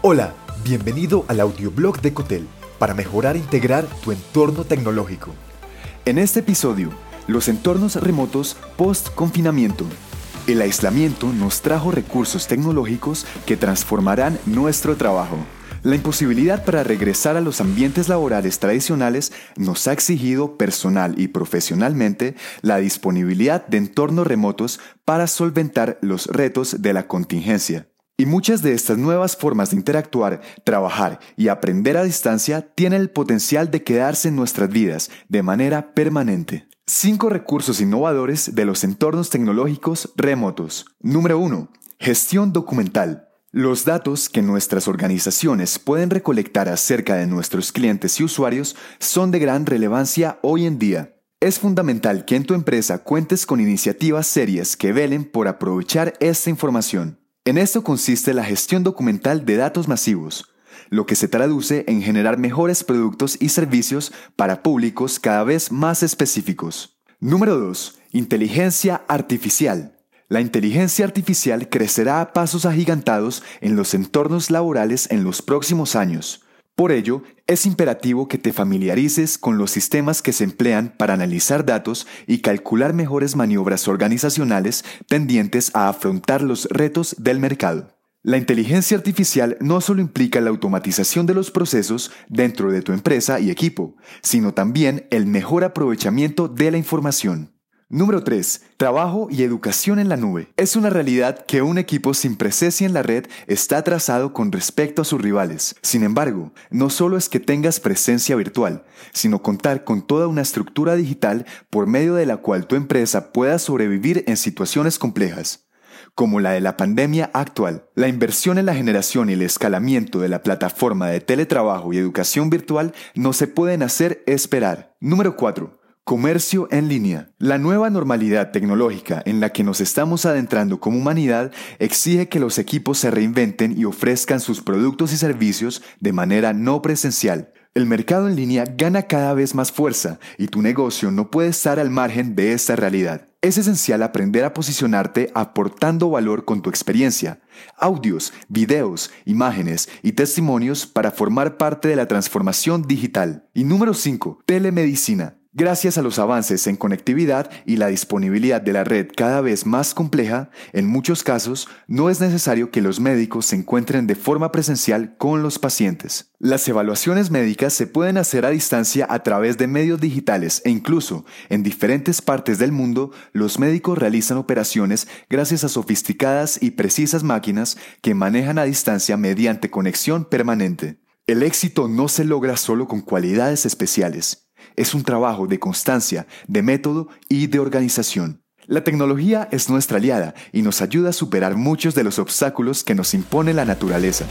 Hola, bienvenido al audioblog de Cotel para mejorar e integrar tu entorno tecnológico. En este episodio, los entornos remotos post-confinamiento. El aislamiento nos trajo recursos tecnológicos que transformarán nuestro trabajo. La imposibilidad para regresar a los ambientes laborales tradicionales nos ha exigido personal y profesionalmente la disponibilidad de entornos remotos para solventar los retos de la contingencia. Y muchas de estas nuevas formas de interactuar, trabajar y aprender a distancia tienen el potencial de quedarse en nuestras vidas de manera permanente. 5 recursos innovadores de los entornos tecnológicos remotos. Número 1. Gestión documental. Los datos que nuestras organizaciones pueden recolectar acerca de nuestros clientes y usuarios son de gran relevancia hoy en día. Es fundamental que en tu empresa cuentes con iniciativas serias que velen por aprovechar esta información. En esto consiste la gestión documental de datos masivos, lo que se traduce en generar mejores productos y servicios para públicos cada vez más específicos. Número 2. Inteligencia artificial. La inteligencia artificial crecerá a pasos agigantados en los entornos laborales en los próximos años. Por ello, es imperativo que te familiarices con los sistemas que se emplean para analizar datos y calcular mejores maniobras organizacionales tendientes a afrontar los retos del mercado. La inteligencia artificial no solo implica la automatización de los procesos dentro de tu empresa y equipo, sino también el mejor aprovechamiento de la información. Número 3. Trabajo y educación en la nube. Es una realidad que un equipo sin presencia en la red está atrasado con respecto a sus rivales. Sin embargo, no solo es que tengas presencia virtual, sino contar con toda una estructura digital por medio de la cual tu empresa pueda sobrevivir en situaciones complejas, como la de la pandemia actual. La inversión en la generación y el escalamiento de la plataforma de teletrabajo y educación virtual no se pueden hacer esperar. Número 4. Comercio en línea. La nueva normalidad tecnológica en la que nos estamos adentrando como humanidad exige que los equipos se reinventen y ofrezcan sus productos y servicios de manera no presencial. El mercado en línea gana cada vez más fuerza y tu negocio no puede estar al margen de esta realidad. Es esencial aprender a posicionarte aportando valor con tu experiencia, audios, videos, imágenes y testimonios para formar parte de la transformación digital. Y número 5. Telemedicina. Gracias a los avances en conectividad y la disponibilidad de la red cada vez más compleja, en muchos casos no es necesario que los médicos se encuentren de forma presencial con los pacientes. Las evaluaciones médicas se pueden hacer a distancia a través de medios digitales e incluso en diferentes partes del mundo los médicos realizan operaciones gracias a sofisticadas y precisas máquinas que manejan a distancia mediante conexión permanente. El éxito no se logra solo con cualidades especiales. Es un trabajo de constancia, de método y de organización. La tecnología es nuestra aliada y nos ayuda a superar muchos de los obstáculos que nos impone la naturaleza.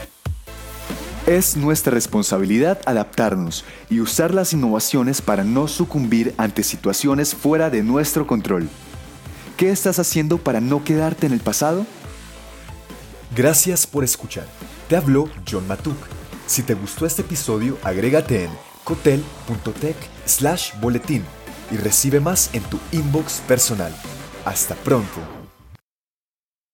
Es nuestra responsabilidad adaptarnos y usar las innovaciones para no sucumbir ante situaciones fuera de nuestro control. ¿Qué estás haciendo para no quedarte en el pasado? Gracias por escuchar. Te habló John Matuk. Si te gustó este episodio, agrégate en cotel.tech/boletín y recibe más en tu inbox personal. Hasta pronto.